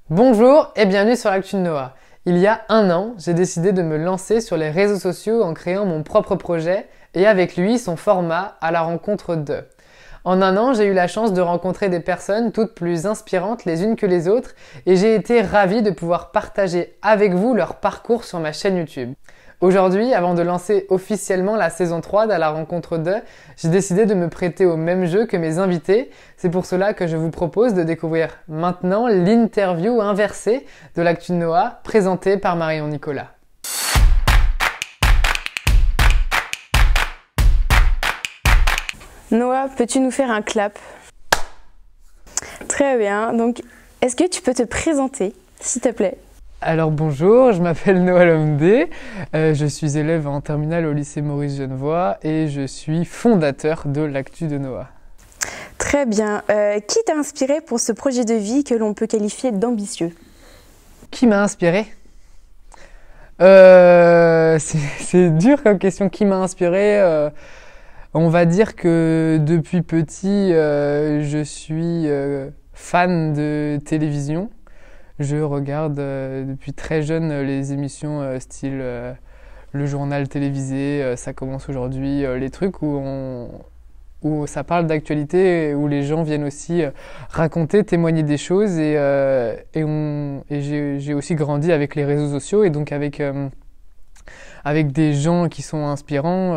Bonjour et bienvenue sur l'Actu de Noah. Il y a un an, j'ai décidé de me lancer sur les réseaux sociaux en créant mon propre projet et avec lui son format à la rencontre de. En un an, j'ai eu la chance de rencontrer des personnes toutes plus inspirantes les unes que les autres et j'ai été ravi de pouvoir partager avec vous leur parcours sur ma chaîne YouTube. Aujourd'hui, avant de lancer officiellement la saison 3 d'À la rencontre de, j'ai décidé de me prêter au même jeu que mes invités. C'est pour cela que je vous propose de découvrir maintenant l'interview inversée de l'Actu de Noah, présentée par Marion Nicolas. Noah, peux-tu nous faire un clap? Très bien, donc est-ce que tu peux te présenter, s'il te plaît? Alors bonjour, je m'appelle Noah Lomdé, je suis élève en terminale au lycée Maurice Genevoix et je suis fondateur de l'Actu de Noah. Très bien, qui t'a inspiré pour ce projet de vie que l'on peut qualifier d'ambitieux? Qui m'a inspiré? C'est dur comme question, qui m'a inspiré? On va dire que depuis petit, je suis fan de télévision. Je regarde depuis très jeune les émissions style le journal télévisé, ça commence aujourd'hui, les trucs où ça parle d'actualité, où les gens viennent aussi raconter, témoigner des choses et j'ai aussi grandi avec les réseaux sociaux et donc avec des gens qui sont inspirants.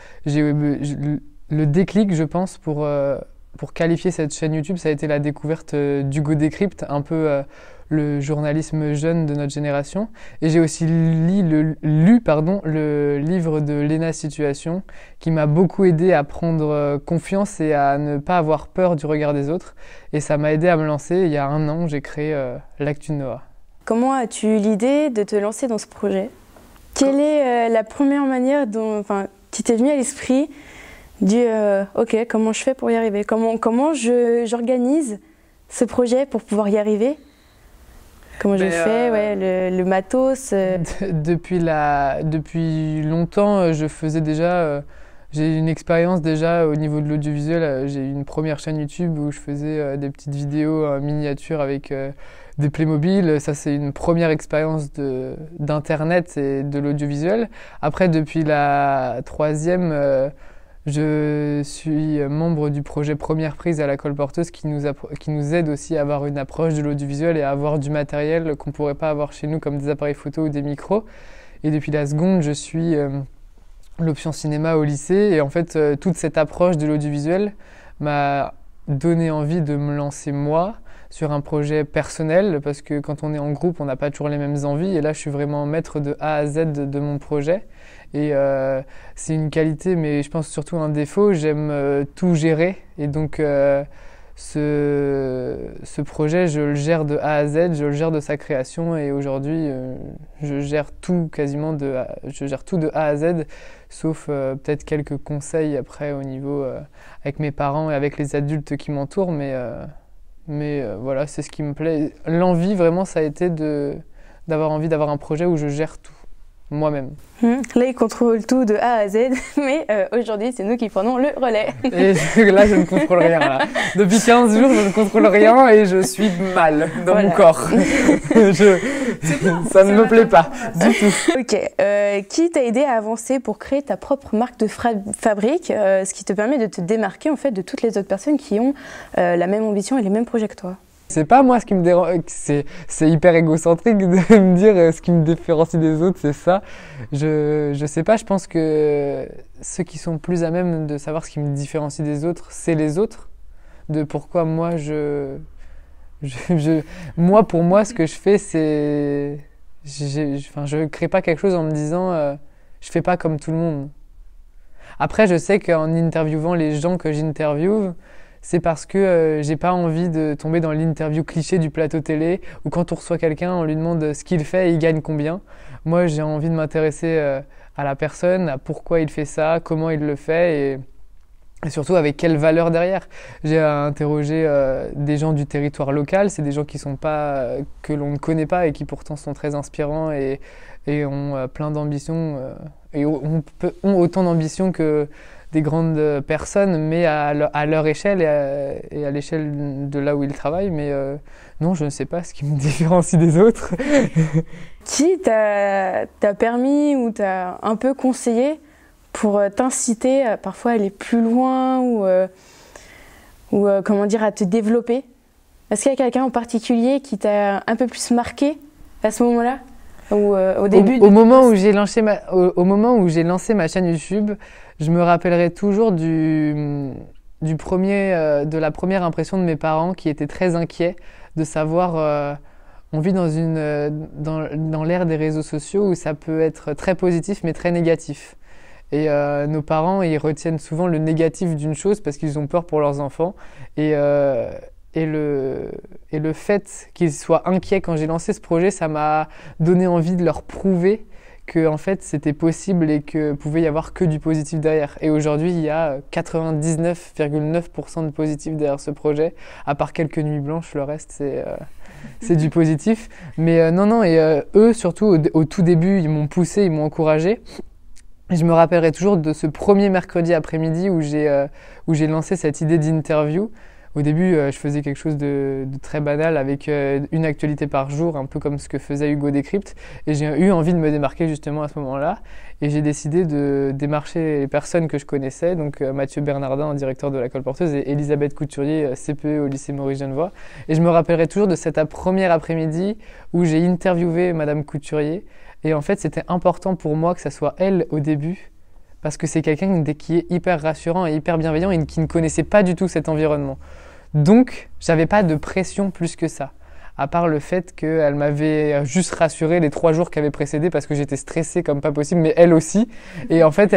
Le déclic, je pense, pour qualifier cette chaîne YouTube, ça a été la découverte d'Hugo Décrypte, un peu le journalisme jeune de notre génération. Et j'ai aussi lu le livre de Léna Situation, qui m'a beaucoup aidé à prendre confiance et à ne pas avoir peur du regard des autres. Et ça m'a aidé à me lancer. Il y a un an, j'ai créé l'Actu de Noah. Comment as-tu eu l'idée de te lancer dans ce projet? Quelle est la première manière qui t'est venue à l'esprit ok, comment je fais pour y arriver? Comment j'organise ce projet pour pouvoir y arriver? Comment je fais, le matos Depuis longtemps, je faisais déjà... j'ai une expérience déjà au niveau de l'audiovisuel. J'ai eu une première chaîne YouTube où je faisais des petites vidéos miniatures avec des Playmobil. Ça, c'est une première expérience d'Internet et de l'audiovisuel. Après, depuis la troisième... je suis membre du projet Première Prise à la Colporteuse qui nous aide aussi à avoir une approche de l'audiovisuel et à avoir du matériel qu'on ne pourrait pas avoir chez nous comme des appareils photo ou des micros. Et depuis la seconde, je suis l'option cinéma au lycée et en fait toute cette approche de l'audiovisuel m'a donné envie de me lancer moi sur un projet personnel parce que quand on est en groupe, on n'a pas toujours les mêmes envies et là je suis vraiment maître de A à Z de mon projet. Et c'est une qualité, mais je pense surtout un défaut. J'aime tout gérer. Et donc, ce projet, je le gère de A à Z, je le gère de sa création. Et aujourd'hui, je gère tout quasiment je gère tout de A à Z, sauf peut-être quelques conseils après au niveau avec mes parents et avec les adultes qui m'entourent. Mais voilà, c'est ce qui me plaît. L'envie, vraiment, ça a été d'avoir envie d'avoir un projet où je gère tout. Moi-même. Là, il contrôle tout de A à Z, mais aujourd'hui, c'est nous qui prenons le relais. Et là, je ne contrôle rien. Là. Depuis 15 jours, je ne contrôle rien et je suis mal dans mon corps. Ça ne me plaît pas du tout. Ok. Qui t'a aidé à avancer pour créer ta propre marque de fabrique, ce qui te permet de te démarquer en fait, de toutes les autres personnes qui ont la même ambition et les mêmes projets que toi? C'est pas moi ce qui me dérange, c'est hyper égocentrique de me dire ce qui me différencie des autres, c'est ça. Je sais pas, je pense que ceux qui sont plus à même de savoir ce qui me différencie des autres, c'est les autres. De pourquoi moi moi pour moi ce que je fais c'est je crée pas quelque chose en me disant je fais pas comme tout le monde. Après je sais qu'en interviewant les gens que j'interviewe, c'est parce que j'ai pas envie de tomber dans l'interview cliché du plateau télé où quand on reçoit quelqu'un, on lui demande ce qu'il fait et il gagne combien. Moi, j'ai envie de m'intéresser à la personne, à pourquoi il fait ça, comment il le fait et surtout avec quelle valeur derrière. J'ai interrogé des gens du territoire local, c'est des gens qui sont pas, que l'on ne connaît pas et qui pourtant sont très inspirants et ont plein d'ambitions et ont autant d'ambition que des grandes personnes, mais à leur échelle et à l'échelle de là où ils travaillent. Mais non, je ne sais pas ce qui me différencie des autres. Qui t'a permis ou t'a un peu conseillé pour t'inciter à parfois aller plus loin ou comment dire, à te développer? Est-ce qu'il y a quelqu'un en particulier qui t'a un peu plus marqué à ce moment-là? Ou au début au moment où j'ai lancé ma chaîne YouTube, je me rappellerai toujours de la première impression de mes parents qui étaient très inquiets de savoir. On vit dans l'ère des réseaux sociaux où ça peut être très positif mais très négatif. Et nos parents, ils retiennent souvent le négatif d'une chose parce qu'ils ont peur pour leurs enfants. Et le fait qu'ils soient inquiets quand j'ai lancé ce projet, ça m'a donné envie de leur prouver que en fait, c'était possible et que pouvait y avoir que du positif derrière. Et aujourd'hui, il y a 99,9% de positif derrière ce projet. À part quelques nuits blanches, le reste, c'est du positif. Mais non, et eux, surtout, au tout début, ils m'ont poussé, ils m'ont encouragé. Et je me rappellerai toujours de ce premier mercredi après-midi où j'ai lancé cette idée d'interview. Au début, je faisais quelque chose de très banal avec une actualité par jour, un peu comme ce que faisait Hugo Décrypte. Et j'ai eu envie de me démarquer justement à ce moment-là. Et j'ai décidé de démarcher les personnes que je connaissais, donc Mathieu Bernardin, directeur de la Colporteuse, et Elisabeth Couturier, CPE au lycée Maurice Genevoix. Et je me rappellerai toujours de cette première après-midi où j'ai interviewé Madame Couturier. Et en fait, c'était important pour moi que ça soit elle au début, parce que c'est quelqu'un qui est hyper rassurant et hyper bienveillant et qui ne connaissait pas du tout cet environnement. Donc, j'avais pas de pression plus que ça, à part le fait qu'elle m'avait juste rassuré les 3 jours qui avaient précédé parce que j'étais stressé comme pas possible, mais elle aussi. Et en fait,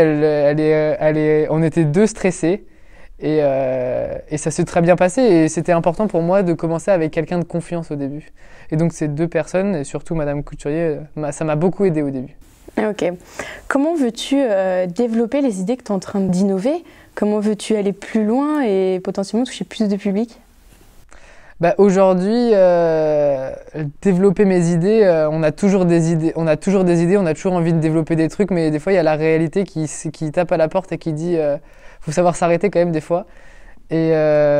on était 2 stressés et ça s'est très bien passé. Et c'était important pour moi de commencer avec quelqu'un de confiance au début. Et donc, ces 2 personnes, et surtout Madame Couturier, ça m'a beaucoup aidé au début. Ok. Comment veux-tu développer les idées que tu es en train d'innover? Comment veux-tu aller plus loin et potentiellement toucher plus de public? Aujourd'hui, développer mes idées, on a toujours des idées, on a toujours envie de développer des trucs, mais des fois il y a la réalité qui tape à la porte et qui dit faut savoir s'arrêter quand même des fois. Et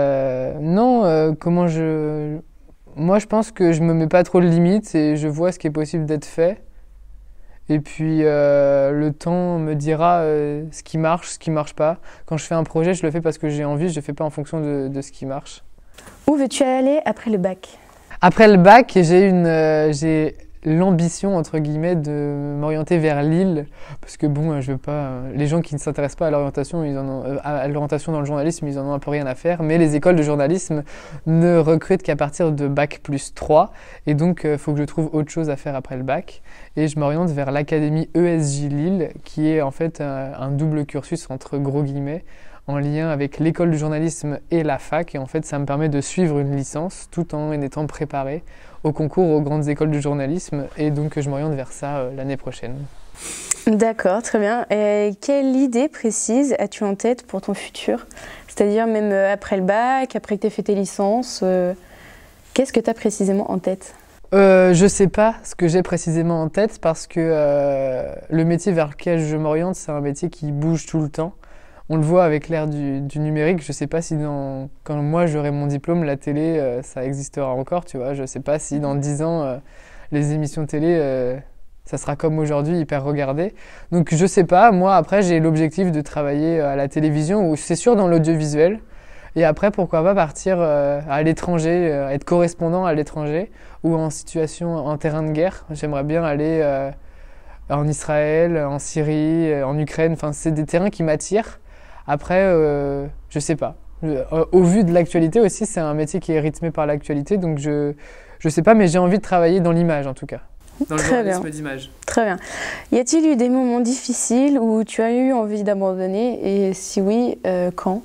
moi je pense que je me mets pas trop de limites et je vois ce qui est possible d'être fait. Et puis le temps me dira ce qui marche pas. Quand je fais un projet, je le fais parce que j'ai envie, je le fais pas en fonction de ce qui marche. Où veux-tu aller après le bac? Après le bac, j'ai l'ambition entre guillemets de m'orienter vers Lille parce que bon, je veux pas les gens qui ne s'intéressent pas à l'orientation, à l'orientation dans le journalisme, ils en ont un peu rien à faire, mais les écoles de journalisme ne recrutent qu'à partir de bac plus 3 et donc faut que je trouve autre chose à faire après le bac et je m'oriente vers l'académie ESJ Lille qui est en fait un double cursus entre gros guillemets en lien avec l'école du journalisme et la fac. Et en fait, ça me permet de suivre une licence tout en étant préparé au concours aux grandes écoles du journalisme. Et donc, je m'oriente vers ça l'année prochaine. D'accord, très bien. Et quelle idée précise as-tu en tête pour ton futur? C'est-à-dire même après le bac, après que tu aies fait tes licences, qu'est-ce que tu as précisément en tête? Je sais pas ce que j'ai précisément en tête parce que le métier vers lequel je m'oriente, c'est un métier qui bouge tout le temps. On le voit avec l'ère du numérique. Je sais pas si quand moi j'aurai mon diplôme, la télé, ça existera encore, tu vois. Je sais pas si dans 10 ans, les émissions télé, ça sera comme aujourd'hui, hyper regardé. Donc je sais pas. Moi, après, j'ai l'objectif de travailler à la télévision ou c'est sûr dans l'audiovisuel. Et après, pourquoi pas partir à l'étranger, être correspondant à l'étranger ou en terrain de guerre. J'aimerais bien aller en Israël, en Syrie, en Ukraine. Enfin, c'est des terrains qui m'attirent. Après, je sais pas. Au vu de l'actualité aussi, c'est un métier qui est rythmé par l'actualité, donc je sais pas, mais j'ai envie de travailler dans l'image en tout cas. Dans le journalisme d'image. Très bien. Y a-t-il eu des moments difficiles où tu as eu envie d'abandonner et si oui, quand?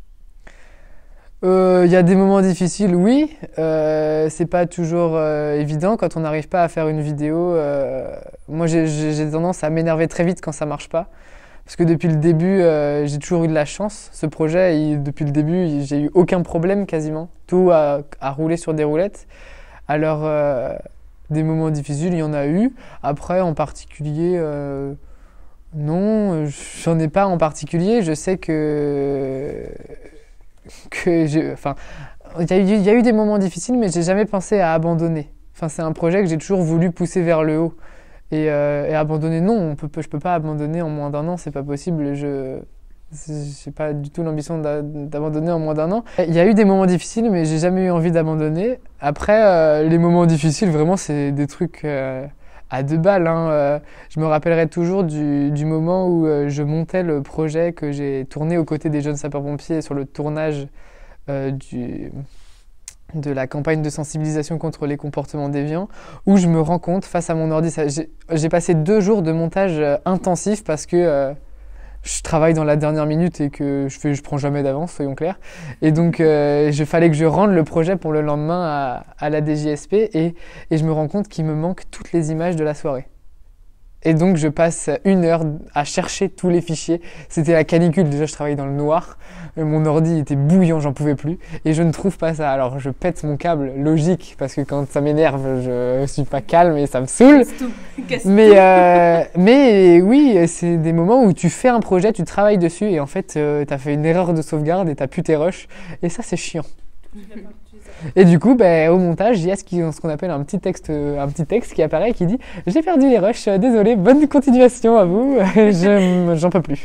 Y a des moments difficiles, oui. C'est pas toujours évident quand on n'arrive pas à faire une vidéo. Moi, j'ai tendance à m'énerver très vite quand ça marche pas. Parce que depuis le début, j'ai toujours eu de la chance. Ce projet, depuis le début, j'ai eu aucun problème quasiment. Tout a roulé sur des roulettes. Alors, des moments difficiles, il y en a eu. Après, en particulier, Non, j'en ai pas en particulier. Je sais enfin, il y a eu des moments difficiles, mais j'ai jamais pensé à abandonner. Enfin, c'est un projet que j'ai toujours voulu pousser vers le haut. Et abandonner, non, je peux pas abandonner en moins d'1 an, c'est pas possible. J'ai pas du tout l'ambition d'abandonner en moins d'1 an. Il y a eu des moments difficiles, mais j'ai jamais eu envie d'abandonner. Après, les moments difficiles, vraiment, c'est des trucs à 2 balles. Hein. Je me rappellerai toujours du moment où je montais le projet que j'ai tourné aux côtés des jeunes sapeurs-pompiers sur le tournage de la campagne de sensibilisation contre les comportements déviants, où je me rends compte face à mon ordi, j'ai passé 2 jours de montage intensif parce que je travaille dans la dernière minute et que je prends jamais d'avance, soyons clairs. Et donc, fallait que je rende le projet pour le lendemain à la DJSP et je me rends compte qu'il me manque toutes les images de la soirée. Et donc, je passe 1 heure à chercher tous les fichiers. C'était la canicule. Déjà, je travaillais dans le noir. Mon ordi était bouillant, j'en pouvais plus. Et je ne trouve pas ça. Alors, je pète mon câble, logique, parce que quand ça m'énerve, je suis pas calme et ça me saoule. Mais oui, c'est des moments où tu fais un projet, tu travailles dessus et en fait, t'as fait une erreur de sauvegarde et t'as plus tes rushs. Et ça, c'est chiant. Et du coup, au montage, il y a ce qu'on appelle un petit texte qui apparaît et qui dit « J'ai perdu les rushs, désolé, bonne continuation à vous, j'en peux plus. »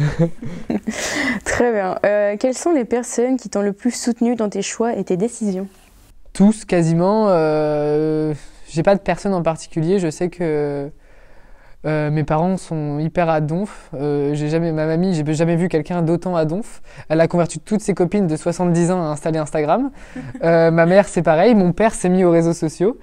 Très bien. Quelles sont les personnes qui t'ont le plus soutenu dans tes choix et tes décisions? Tous, quasiment. J'ai pas de personne en particulier. Je sais que mes parents sont hyper à donf. Ma mamie, j'ai jamais vu quelqu'un d'autant à donf. Elle a converti toutes ses copines de 70 ans à installer Instagram. Ma mère, c'est pareil. Mon père s'est mis aux réseaux sociaux.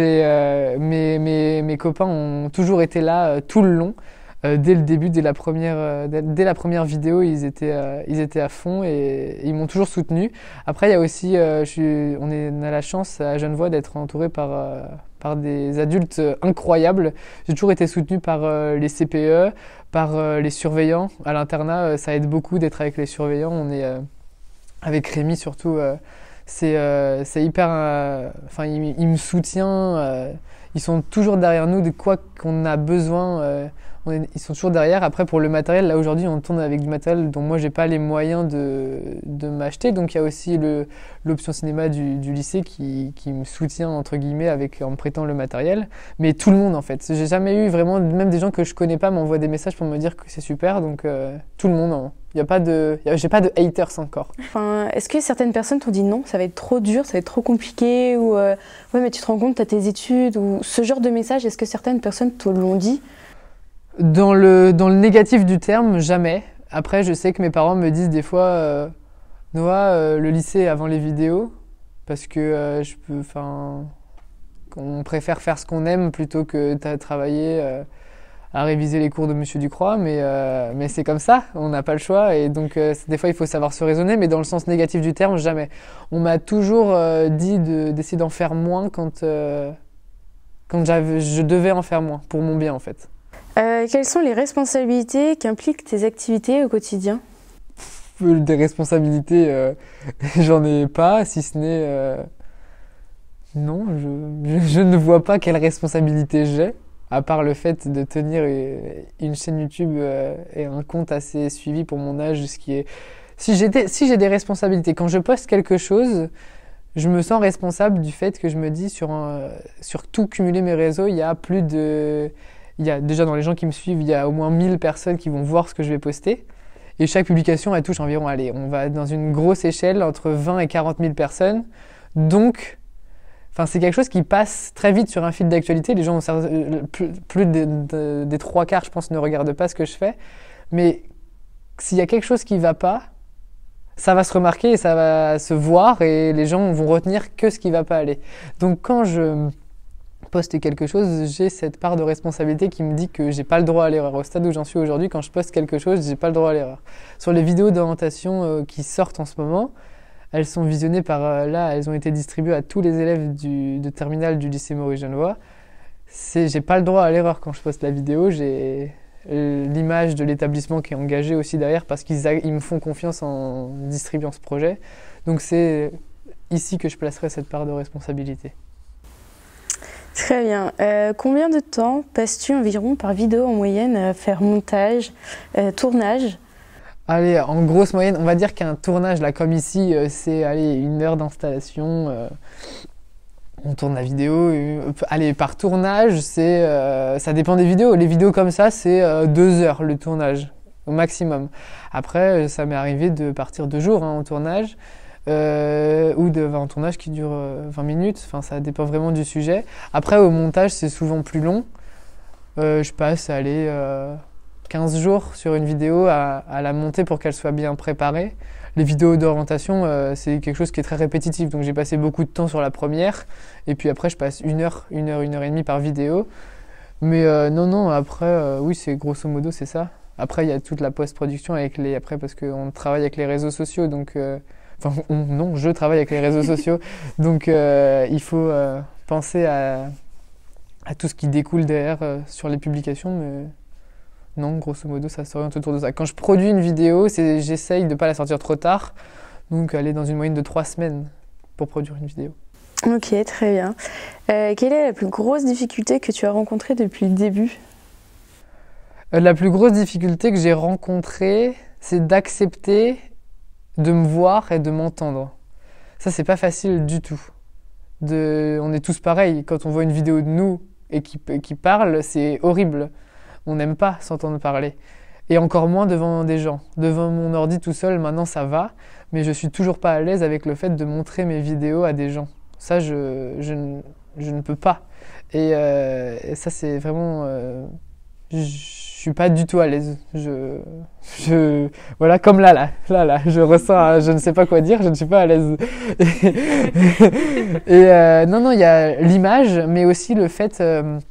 Mes copains ont toujours été là tout le long. Dès le début, dès la première vidéo, ils étaient à fond et ils m'ont toujours soutenu. Après, il y a aussi, on a la chance à Genevois d'être entouré par des adultes incroyables. J'ai toujours été soutenu par les CPE, par les surveillants. À l'internat, ça aide beaucoup d'être avec les surveillants. On est avec Rémi surtout. C'est hyper. Enfin, il me soutient. Ils sont toujours derrière nous de quoi qu'on a besoin. Ils sont toujours derrière. Après, pour le matériel, là aujourd'hui, on tourne avec du matériel dont moi j'ai pas les moyens de m'acheter. Donc il y a aussi l'option cinéma du lycée qui me soutient entre guillemets en me prêtant le matériel. Mais tout le monde en fait. J'ai jamais eu vraiment, même des gens que je connais pas m'envoient des messages pour me dire que c'est super. Donc tout le monde. Hein. J'ai pas de haters encore. Enfin, est-ce que certaines personnes t'ont dit non, ça va être trop dur, ça va être trop compliqué, ou ouais mais tu te rends compte, t'as tes études, ou ce genre de message, est-ce que certaines personnes te l'ont dit? Dans le négatif du terme, jamais. Après, je sais que mes parents me disent des fois Noah, le lycée avant les vidéos, parce que on préfère faire ce qu'on aime plutôt que travailler à réviser les cours de Monsieur Ducroix, mais c'est comme ça, on n'a pas le choix, et donc des fois il faut savoir se raisonner, mais dans le sens négatif du terme, jamais. On m'a toujours dit d'essayer d'en faire moins quand je devais en faire moins, pour mon bien en fait. Quelles sont les responsabilités qu'impliquent tes activités au quotidien? Des responsabilités, j'en ai pas, si ce n'est... Non, je ne vois pas quelle responsabilité j'ai, à part le fait de tenir une chaîne YouTube et un compte assez suivi pour mon âge, ce qui est... Si j'ai des responsabilités, quand je poste quelque chose, je me sens responsable du fait que je me dis sur tout cumuler mes réseaux, il y a déjà dans les gens qui me suivent, il y a au moins 1000 personnes qui vont voir ce que je vais poster. Et chaque publication, elle touche environ, on va dans une grosse échelle, entre 20 et 40 000 personnes. Donc, c'est quelque chose qui passe très vite sur un fil d'actualité. Les gens, plus des 3/4, je pense, ne regardent pas ce que je fais. Mais s'il y a quelque chose qui ne va pas, ça va se remarquer et ça va se voir et les gens vont retenir que ce qui ne va pas aller. Donc, quand je poste quelque chose, j'ai cette part de responsabilité qui me dit que j'ai pas le droit à l'erreur. Au stade où j'en suis aujourd'hui, quand je poste quelque chose, j'ai pas le droit à l'erreur. Sur les vidéos d'orientation qui sortent en ce moment, elles sont visionnées elles ont été distribuées à tous les élèves de terminale du lycée Maurice Genevois. J'ai pas le droit à l'erreur quand je poste la vidéo, j'ai l'image de l'établissement qui est engagée aussi derrière parce qu'ils me font confiance en distribuant ce projet. Donc c'est ici que je placerai cette part de responsabilité. Très bien. Combien de temps passes-tu environ par vidéo en moyenne à faire montage, tournage? Allez, en grosse moyenne, on va dire qu'un tournage, là, comme ici, c'est allez, 1 heure d'installation. On tourne la vidéo. Allez, par tournage, ça dépend des vidéos. Les vidéos comme ça, c'est 2 heures le tournage, au maximum. Après, ça m'est arrivé de partir 2 jours en tournage. Ou un tournage qui dure 20 minutes, enfin, ça dépend vraiment du sujet. Après, au montage, c'est souvent plus long. Je passe 15 jours sur une vidéo à la monter pour qu'elle soit bien préparée. Les vidéos d'orientation, c'est quelque chose qui est très répétitif, donc j'ai passé beaucoup de temps sur la première, et puis après je passe 1 heure et demie par vidéo. Mais non, après, oui, c'est grosso modo, c'est ça. Après, il y a toute la post-production après, parce qu'on travaille avec les réseaux sociaux, donc... Enfin, non, je travaille avec les réseaux sociaux, donc il faut penser à tout ce qui découle derrière sur les publications, mais non, grosso modo, ça s'oriente autour de ça. Quand je produis une vidéo, j'essaye de ne pas la sortir trop tard, donc aller dans une moyenne de 3 semaines pour produire une vidéo. Ok, très bien. Quelle est la plus grosse difficulté que tu as rencontrée depuis le début? La plus grosse difficulté que j'ai rencontrée, c'est d'accepter de me voir et de m'entendre. Ça, c'est pas facile du tout. On est tous pareils. Quand on voit une vidéo de nous et qui parle, c'est horrible. On n'aime pas s'entendre parler. Et encore moins devant des gens. Devant mon ordi tout seul, maintenant ça va, mais je suis toujours pas à l'aise avec le fait de montrer mes vidéos à des gens. Ça, je ne peux pas. Et ça, c'est vraiment... je suis pas du tout à l'aise. Voilà, comme là, je ressens, je ne sais pas quoi dire, je ne suis pas à l'aise. Et non, il y a l'image, mais aussi le fait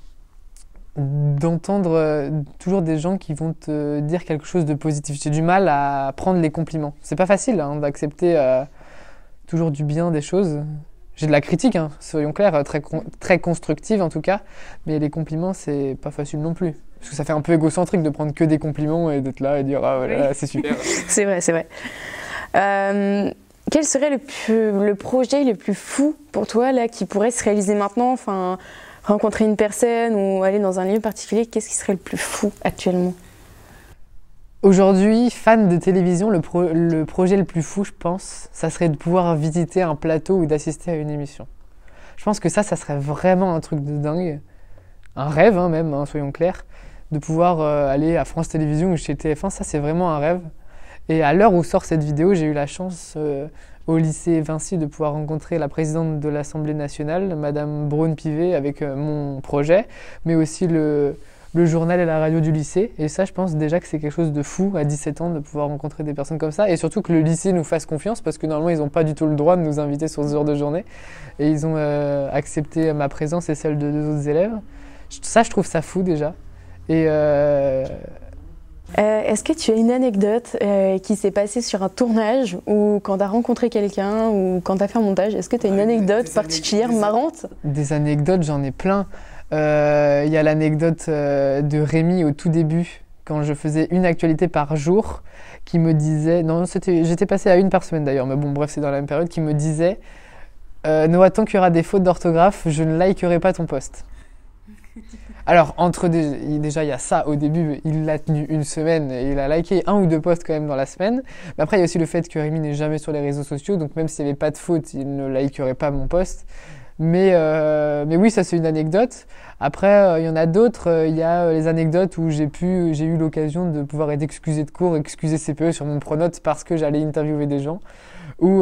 d'entendre toujours des gens qui vont te dire quelque chose de positif. J'ai du mal à prendre les compliments. C'est pas facile d'accepter toujours du bien des choses. J'ai de la critique, soyons clairs, très constructive en tout cas, mais les compliments, c'est pas facile non plus. Parce que ça fait un peu égocentrique de prendre que des compliments et d'être là et dire « Ah voilà, oui. C'est super ». C'est vrai, c'est vrai. Quel serait le projet le plus fou pour toi là, qui pourrait se réaliser maintenant, enfin, rencontrer une personne ou aller dans un lieu particulier, qu'est-ce qui serait le plus fou actuellement? Aujourd'hui, fan de télévision, le projet le plus fou, je pense, ça serait de pouvoir visiter un plateau ou d'assister à une émission. Je pense que ça serait vraiment un truc de dingue. Un rêve même, soyons clairs. De pouvoir aller à France Télévisions ou chez TF1, ça c'est vraiment un rêve. Et à l'heure où sort cette vidéo, j'ai eu la chance au lycée Vinci de pouvoir rencontrer la présidente de l'Assemblée nationale, Madame Braun-Pivet, avec mon projet, mais aussi le journal et la radio du lycée. Et ça, je pense déjà que c'est quelque chose de fou à 17 ans de pouvoir rencontrer des personnes comme ça. Et surtout que le lycée nous fasse confiance parce que normalement, ils n'ont pas du tout le droit de nous inviter sur ce genre de journée. Et ils ont accepté ma présence et celle de 2 autres élèves. Ça, je trouve ça fou déjà. Et est-ce que tu as une anecdote qui s'est passée sur un tournage ou quand tu as rencontré quelqu'un ou quand tu as fait un montage? Est-ce que tu as une anecdote particulière, marrante? Des anecdotes, j'en ai plein. Il y a l'anecdote de Rémi au tout début, quand je faisais une actualité par jour, qui me disait... Non, j'étais passé à 1 par semaine d'ailleurs, mais bon, bref, c'est dans la même période, qui me disait Noah, tant qu'il y aura des fautes d'orthographe, je ne likerai pas ton post. Alors, déjà, il y a ça au début, il l'a tenu 1 semaine et il a liké 1 ou 2 posts quand même dans la semaine. Mais après, il y a aussi le fait que Rémi n'est jamais sur les réseaux sociaux, donc même s'il n'y avait pas de faute, il ne likerait pas mon post. Mais oui, ça c'est une anecdote. Après, il y en a d'autres. Il y a les anecdotes où j'ai eu l'occasion de pouvoir être excusé de cours, excusé CPE sur mon pronote parce que j'allais interviewer des gens. Ou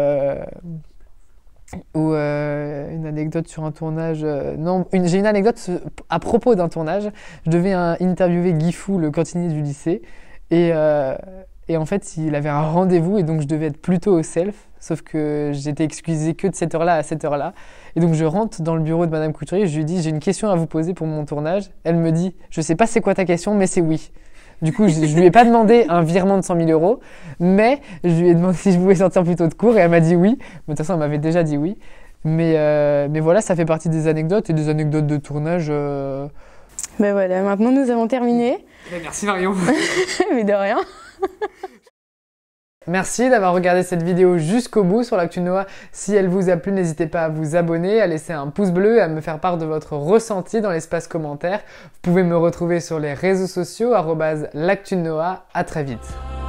une anecdote sur un tournage. Non, j'ai une anecdote à propos d'un tournage. Je devais interviewer Guy Fou, le cantinier du lycée. Et en fait, il avait un rendez-vous et donc je devais être plutôt au self. Sauf que j'étais excusé que de cette heure-là à cette heure-là. Et donc je rentre dans le bureau de Madame Couturier, je lui dis « J'ai une question à vous poser pour mon tournage ». Elle me dit « Je sais pas c'est quoi ta question, mais c'est oui ». Du coup, je lui ai pas demandé un virement de 100 000 €, mais je lui ai demandé si je pouvais sortir plus tôt de cours et elle m'a dit oui. Mais de toute façon, elle m'avait déjà dit oui. Mais voilà, ça fait partie des anecdotes et des anecdotes de tournage. Ben voilà, maintenant nous avons terminé. Merci Marion. Mais de rien. Merci d'avoir regardé cette vidéo jusqu'au bout sur l'actu Noah. Si elle vous a plu, n'hésitez pas à vous abonner, à laisser un pouce bleu et à me faire part de votre ressenti dans l'espace commentaire. Vous pouvez me retrouver sur les réseaux sociaux @l'actu Noah. À très vite.